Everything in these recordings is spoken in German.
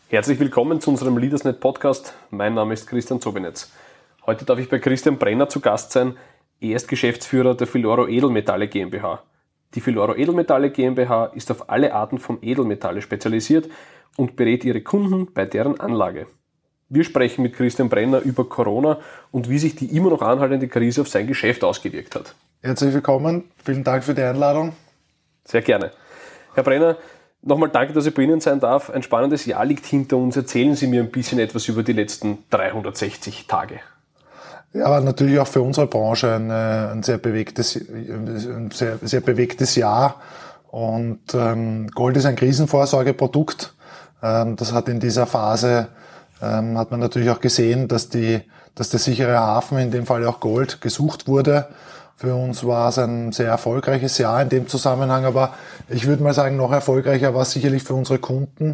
Herzlich willkommen zu unserem Leadersnet Podcast. Mein Name ist Christian Zobinetz. Heute darf ich bei Christian Brenner zu Gast sein. Er ist Geschäftsführer der Filoro Edelmetalle GmbH. Die Filoro Edelmetalle GmbH ist auf alle Arten von Edelmetalle spezialisiert und berät ihre Kunden bei deren Anlage. Wir sprechen mit Christian Brenner über Corona und wie sich die immer noch anhaltende Krise auf sein Geschäft ausgewirkt hat. Herzlich willkommen. Vielen Dank für die Einladung. Sehr gerne. Herr Brenner, nochmal danke, dass ich bei Ihnen sein darf. Ein spannendes Jahr liegt hinter uns. Erzählen Sie mir ein bisschen etwas über die letzten 360 Tage. Ja, aber natürlich auch für unsere Branche ein sehr bewegtes Jahr. Und Gold ist ein Krisenvorsorgeprodukt. Das hat in dieser Phase, hat man natürlich auch gesehen, dass der sichere Hafen, in dem Fall auch Gold, gesucht wurde. Für uns war es ein sehr erfolgreiches Jahr in dem Zusammenhang, aber ich würde mal sagen, noch erfolgreicher war es sicherlich für unsere Kunden,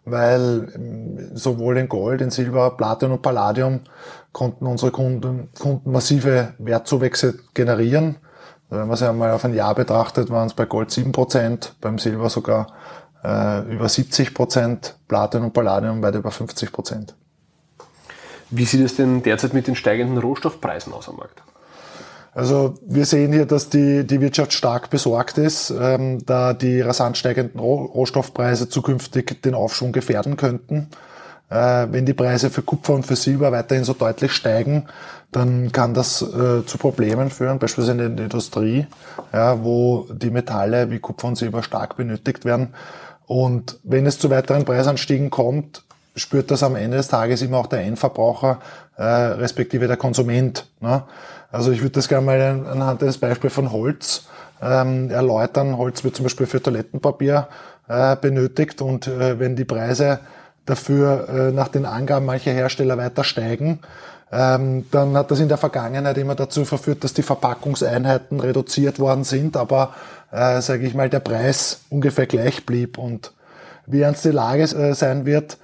weil sowohl in Gold, in Silber, Platin und Palladium konnten unsere Kunden massive Wertzuwächse generieren. Wenn man es einmal auf ein Jahr betrachtet, waren es bei Gold 7%, beim Silber sogar über 70%, Platin und Palladium weit über 50%. Wie sieht es denn derzeit mit den steigenden Rohstoffpreisen aus am Markt? Also wir sehen hier, dass die Wirtschaft stark besorgt ist, da die rasant steigenden Rohstoffpreise zukünftig den Aufschwung gefährden könnten. Wenn die Preise für Kupfer und für Silber weiterhin so deutlich steigen, dann kann das zu Problemen führen, beispielsweise in der Industrie, ja, wo die Metalle wie Kupfer und Silber stark benötigt werden. Und wenn es zu weiteren Preisanstiegen kommt, spürt das am Ende des Tages immer auch der Endverbraucher, respektive der Konsument, ne? Also ich würde das gerne mal anhand des Beispiels von Holz erläutern. Holz wird zum Beispiel für Toilettenpapier benötigt und wenn die Preise dafür nach den Angaben mancher Hersteller weiter steigen, dann hat das in der Vergangenheit immer dazu verführt, dass die Verpackungseinheiten reduziert worden sind, aber sage ich mal, der Preis ungefähr gleich blieb. Und wie ernst die Lage sein wird,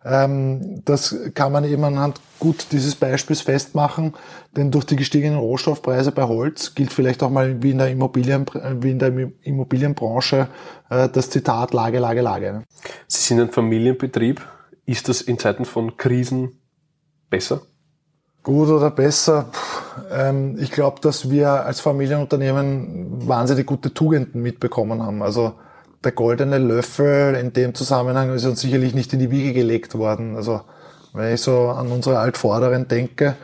das kann man eben anhand gut dieses Beispiels festmachen, denn durch die gestiegenen Rohstoffpreise bei Holz gilt vielleicht auch mal wie in der Immobilienbranche das Zitat Lage, Lage, Lage. Sie sind ein Familienbetrieb. Ist das in Zeiten von Krisen besser? Gut oder besser? Ich glaube, dass wir als Familienunternehmen wahnsinnig gute Tugenden mitbekommen haben. Also der goldene Löffel in dem Zusammenhang ist uns sicherlich nicht in die Wiege gelegt worden. Also wenn ich so an unsere Altvorderen denke,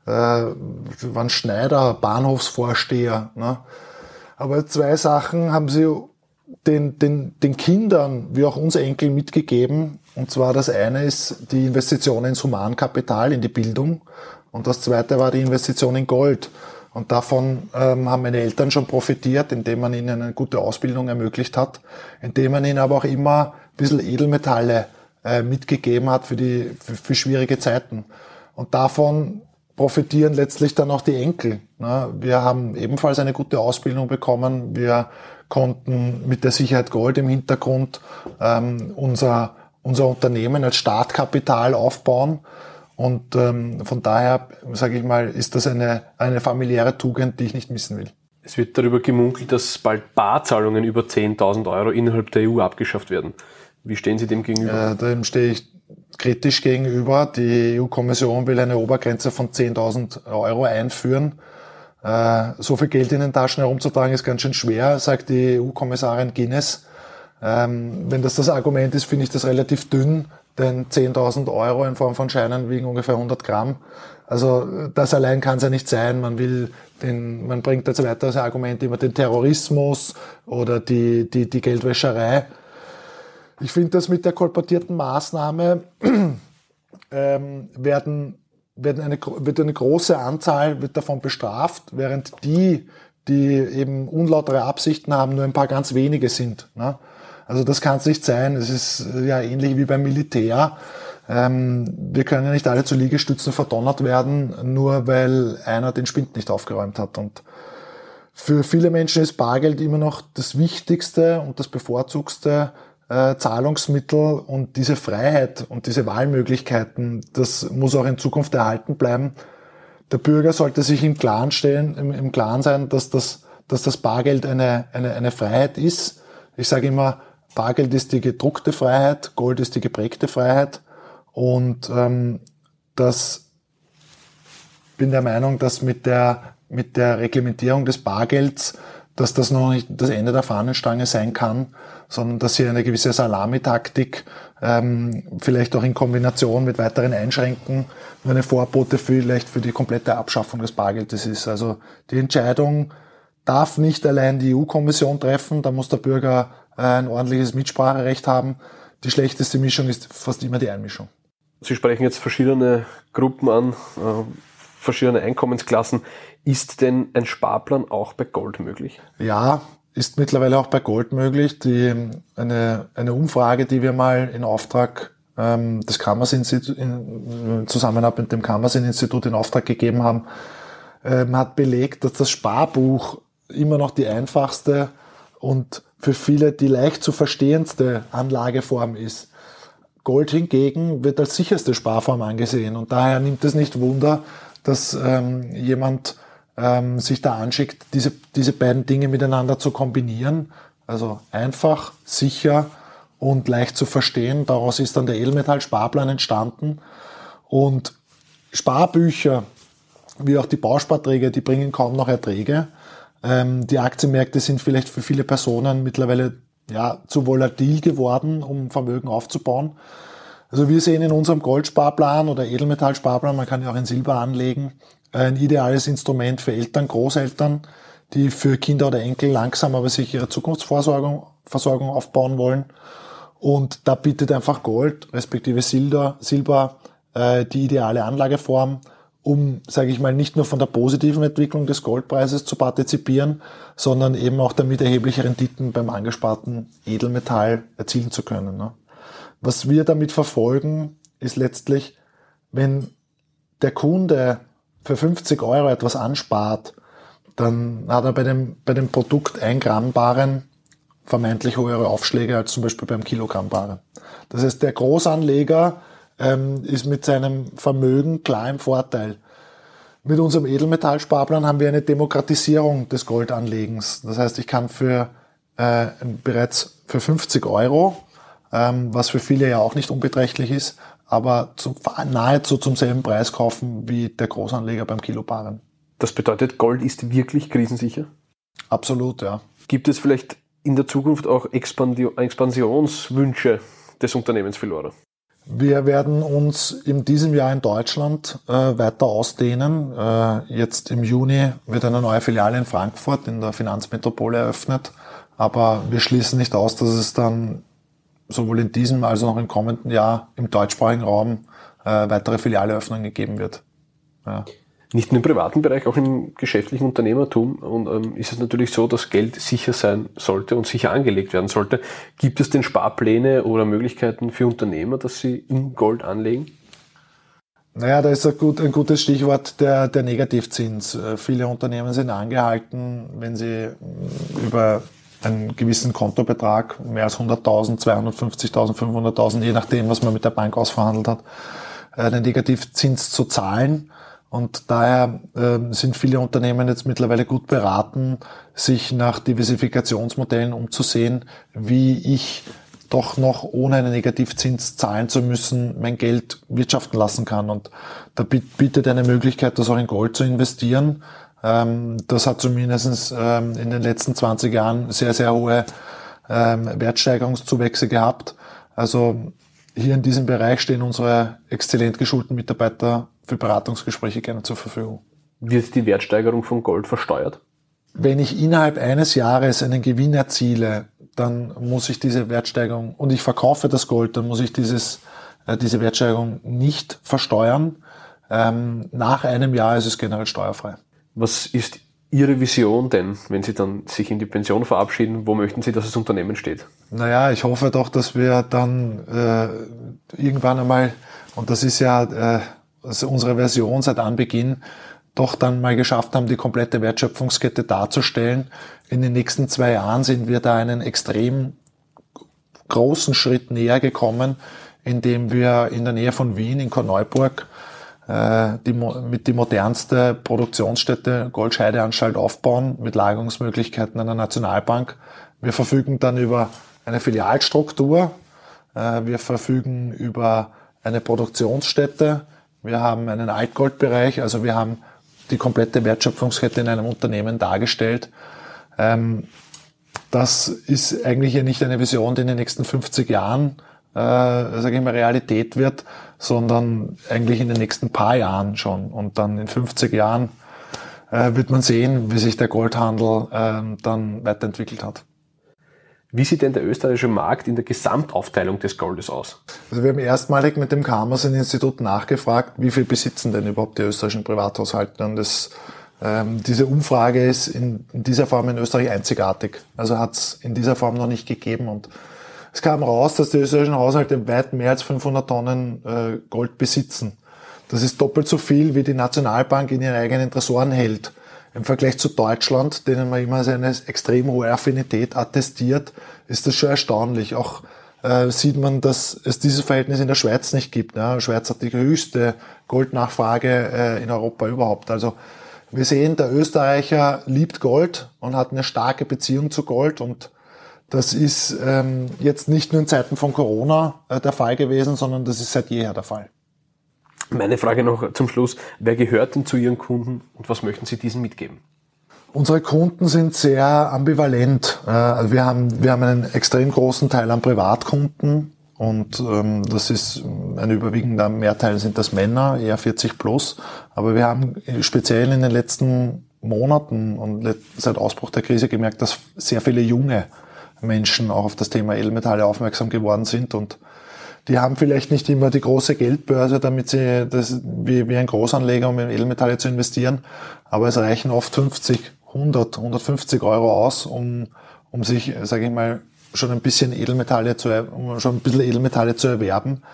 waren Schneider, Bahnhofsvorsteher, ne? Aber zwei Sachen haben sie den Kindern wie auch uns Enkeln mitgegeben. Und zwar das eine ist die Investition ins Humankapital, in die Bildung. Und das zweite war die Investition in Gold. Und davon haben meine Eltern schon profitiert, indem man ihnen eine gute Ausbildung ermöglicht hat, indem man ihnen aber auch immer ein bisschen Edelmetalle mitgegeben hat für schwierige Zeiten. Und davon profitieren letztlich dann auch die Enkel. Wir haben ebenfalls eine gute Ausbildung bekommen. Wir konnten mit der Sicherheit Gold im Hintergrund unser Unternehmen als Startkapital aufbauen. Und von daher, sage ich mal, ist das eine familiäre Tugend, die ich nicht missen will. Es wird darüber gemunkelt, dass bald Barzahlungen über 10.000 Euro innerhalb der EU abgeschafft werden. Wie stehen Sie dem gegenüber? Dem stehe ich kritisch gegenüber. Die EU-Kommission will eine Obergrenze von 10.000 Euro einführen. So viel Geld in den Taschen herumzutragen ist ganz schön schwer, sagt die EU-Kommissarin Guinness. Wenn das Argument ist, finde ich das relativ dünn, denn 10.000 Euro in Form von Scheinen wiegen ungefähr 100 Gramm. Also das allein kann es ja nicht sein. Man bringt als weiteres Argument immer den Terrorismus oder die Geldwäscherei. Ich finde, dass mit der kolportierten Maßnahme wird eine große Anzahl wird davon bestraft, während die eben unlautere Absichten haben, nur ein paar ganz wenige sind, ne? Also das kann es nicht sein. Es ist ja ähnlich wie beim Militär. Wir können ja nicht alle zu Liegestützen verdonnert werden, nur weil einer den Spind nicht aufgeräumt hat. Und für viele Menschen ist Bargeld immer noch das Wichtigste und das bevorzugste Zahlungsmittel, und diese Freiheit und diese Wahlmöglichkeiten, das muss auch in Zukunft erhalten bleiben. Der Bürger sollte sich im Klaren sein, dass das Bargeld eine Freiheit ist. Ich sage immer, Bargeld ist die gedruckte Freiheit, Gold ist die geprägte Freiheit. Und das bin der Meinung, dass mit der Reglementierung des Bargelds, dass das noch nicht das Ende der Fahnenstange sein kann, sondern dass hier eine gewisse Salamitaktik, vielleicht auch in Kombination mit weiteren Einschränken, eine Vorbote vielleicht für die komplette Abschaffung des Bargeldes ist. Also die Entscheidung darf nicht allein die EU-Kommission treffen, da muss der Bürger ein ordentliches Mitspracherecht haben. Die schlechteste Mischung ist fast immer die Einmischung. Sie sprechen jetzt verschiedene Gruppen an, verschiedene Einkommensklassen. Ist denn ein Sparplan auch bei Gold möglich? Ja, ist mittlerweile auch bei Gold möglich. Eine Umfrage, die wir mal in Auftrag des Kammersinstituts, in Zusammenarbeit mit dem Kammersin-Institut in Auftrag gegeben haben, hat belegt, dass das Sparbuch immer noch die einfachste und für viele die leicht zu verstehendste Anlageform ist. Gold hingegen wird als sicherste Sparform angesehen und daher nimmt es nicht Wunder, dass jemand sich da anschickt, diese beiden Dinge miteinander zu kombinieren. Also einfach, sicher und leicht zu verstehen. Daraus ist dann der Edelmetall-Sparplan entstanden. Und Sparbücher, wie auch die Bausparträger, die bringen kaum noch Erträge. Die Aktienmärkte sind vielleicht für viele Personen mittlerweile zu volatil geworden, um Vermögen aufzubauen. Also wir sehen in unserem Goldsparplan oder Edelmetallsparplan, man kann ja auch in Silber anlegen, ein ideales Instrument für Eltern, Großeltern, die für Kinder oder Enkel langsam aber sich ihre Zukunftsversorgung aufbauen wollen. Und da bietet einfach Gold, respektive Silber, die ideale Anlageform, um, sage ich mal, nicht nur von der positiven Entwicklung des Goldpreises zu partizipieren, sondern eben auch damit erhebliche Renditen beim angesparten Edelmetall erzielen zu können. Ne? Was wir damit verfolgen, ist letztlich, wenn der Kunde für 50 € etwas anspart, dann hat er bei dem Produkt 1 Gramm Barren vermeintlich höhere Aufschläge als zum Beispiel beim Kilogramm Barren. Das heißt, der Großanleger ist mit seinem Vermögen klar im Vorteil. Mit unserem Edelmetallsparplan haben wir eine Demokratisierung des Goldanlegens. Das heißt, ich kann bereits für 50 €, was für viele ja auch nicht unbeträchtlich ist, aber nahezu zum selben Preis kaufen wie der Großanleger beim Kilobarren. Das bedeutet, Gold ist wirklich krisensicher? Absolut, ja. Gibt es vielleicht in der Zukunft auch Expansionswünsche des Unternehmens Filoro? Wir werden uns in diesem Jahr in Deutschland weiter ausdehnen. Jetzt im Juni wird eine neue Filiale in Frankfurt in der Finanzmetropole eröffnet. Aber wir schließen nicht aus, dass es dann sowohl in diesem als auch im kommenden Jahr im deutschsprachigen Raum weitere Filialeöffnungen geben wird. Ja. Nicht nur im privaten Bereich, auch im geschäftlichen Unternehmertum. Und ist es natürlich so, dass Geld sicher sein sollte und sicher angelegt werden sollte. Gibt es denn Sparpläne oder Möglichkeiten für Unternehmer, dass sie in Gold anlegen? Naja, da ist ein gutes Stichwort der Negativzins. Viele Unternehmen sind angehalten, wenn sie über einen gewissen Kontobetrag, mehr als 100.000, 250.000, 500.000, je nachdem, was man mit der Bank ausverhandelt hat, einen Negativzins zu zahlen. Und daher sind viele Unternehmen jetzt mittlerweile gut beraten, sich nach Diversifikationsmodellen umzusehen, wie ich doch noch ohne einen Negativzins zahlen zu müssen, mein Geld wirtschaften lassen kann. Und da bietet eine Möglichkeit, das auch in Gold zu investieren. Das hat zumindest in den letzten 20 Jahren sehr, sehr hohe Wertsteigerungszuwächse gehabt. Also hier in diesem Bereich stehen unsere exzellent geschulten Mitarbeiter für Beratungsgespräche gerne zur Verfügung. Wird die Wertsteigerung von Gold versteuert? Wenn ich innerhalb eines Jahres einen Gewinn erziele, dann muss ich diese Wertsteigerung, und ich verkaufe das Gold, dann muss ich diese Wertsteigerung nicht versteuern. Nach einem Jahr ist es generell steuerfrei. Was ist Ihre Vision denn, wenn Sie dann sich in die Pension verabschieden? Wo möchten Sie, dass das Unternehmen steht? Naja, ich hoffe doch, dass wir dann irgendwann einmal, und das ist ja unsere Version seit Anbeginn, doch dann mal geschafft haben, die komplette Wertschöpfungskette darzustellen. In den nächsten 2 Jahren sind wir da einen extrem großen Schritt näher gekommen, indem wir in der Nähe von Wien, in Korneuburg, mit die modernste Produktionsstätte Goldscheideanstalt aufbauen, mit Lagerungsmöglichkeiten einer Nationalbank. Wir verfügen dann über eine Filialstruktur, wir verfügen über eine Produktionsstätte, wir haben einen Altgoldbereich, also wir haben die komplette Wertschöpfungskette in einem Unternehmen dargestellt. Das ist eigentlich ja nicht eine Vision, die in den nächsten 50 Jahren Realität wird, sondern eigentlich in den nächsten paar Jahren schon. Und dann in 50 Jahren wird man sehen, wie sich der Goldhandel dann weiterentwickelt hat. Wie sieht denn der österreichische Markt in der Gesamtaufteilung des Goldes aus? Also wir haben erstmalig mit dem Kammersen-Institut nachgefragt, wie viel besitzen denn überhaupt die österreichischen Privathaushalte. Und diese Umfrage ist in dieser Form in Österreich einzigartig. Also hat es in dieser Form noch nicht gegeben. Und es kam raus, dass die österreichischen Haushalte weit mehr als 500 Tonnen Gold besitzen. Das ist doppelt so viel, wie die Nationalbank in ihren eigenen Tresoren hält. Im Vergleich zu Deutschland, denen man immer seine extrem hohe Affinität attestiert, ist das schon erstaunlich. Auch sieht man, dass es dieses Verhältnis in der Schweiz nicht gibt. Ne? Die Schweiz hat die höchste Goldnachfrage in Europa überhaupt. Also wir sehen, der Österreicher liebt Gold und hat eine starke Beziehung zu Gold. Und das ist jetzt nicht nur in Zeiten von Corona der Fall gewesen, sondern das ist seit jeher der Fall. Meine Frage noch zum Schluss. Wer gehört denn zu Ihren Kunden und was möchten Sie diesen mitgeben? Unsere Kunden sind sehr ambivalent. Also wir haben einen extrem großen Teil an Privatkunden und das ist ein überwiegender Mehrteil sind das Männer, eher 40 plus. Aber wir haben speziell in den letzten Monaten und seit Ausbruch der Krise gemerkt, dass sehr viele junge Menschen auch auf das Thema Edelmetalle aufmerksam geworden sind und die haben vielleicht nicht immer die große Geldbörse, damit sie das wie ein Großanleger, um in Edelmetalle zu investieren, aber es reichen oft 50, 100, 150 Euro aus, um sich, sage ich mal, schon ein bisschen Edelmetalle zu erwerben.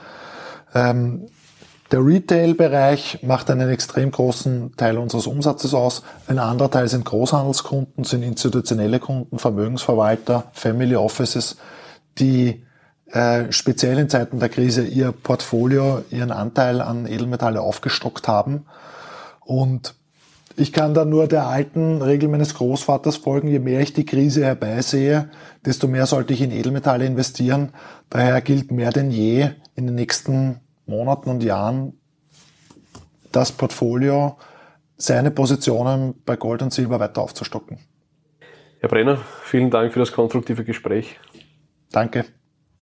Der Retail-Bereich macht einen extrem großen Teil unseres Umsatzes aus. Ein anderer Teil sind Großhandelskunden, sind institutionelle Kunden, Vermögensverwalter, Family Offices, die speziell in Zeiten der Krise ihr Portfolio, ihren Anteil an Edelmetalle aufgestockt haben. Und ich kann da nur der alten Regel meines Großvaters folgen, je mehr ich die Krise herbeisehe, desto mehr sollte ich in Edelmetalle investieren. Daher gilt mehr denn je in den nächsten Monaten und Jahren das Portfolio, seine Positionen bei Gold und Silber weiter aufzustocken. Herr Brenner, vielen Dank für das konstruktive Gespräch. Danke.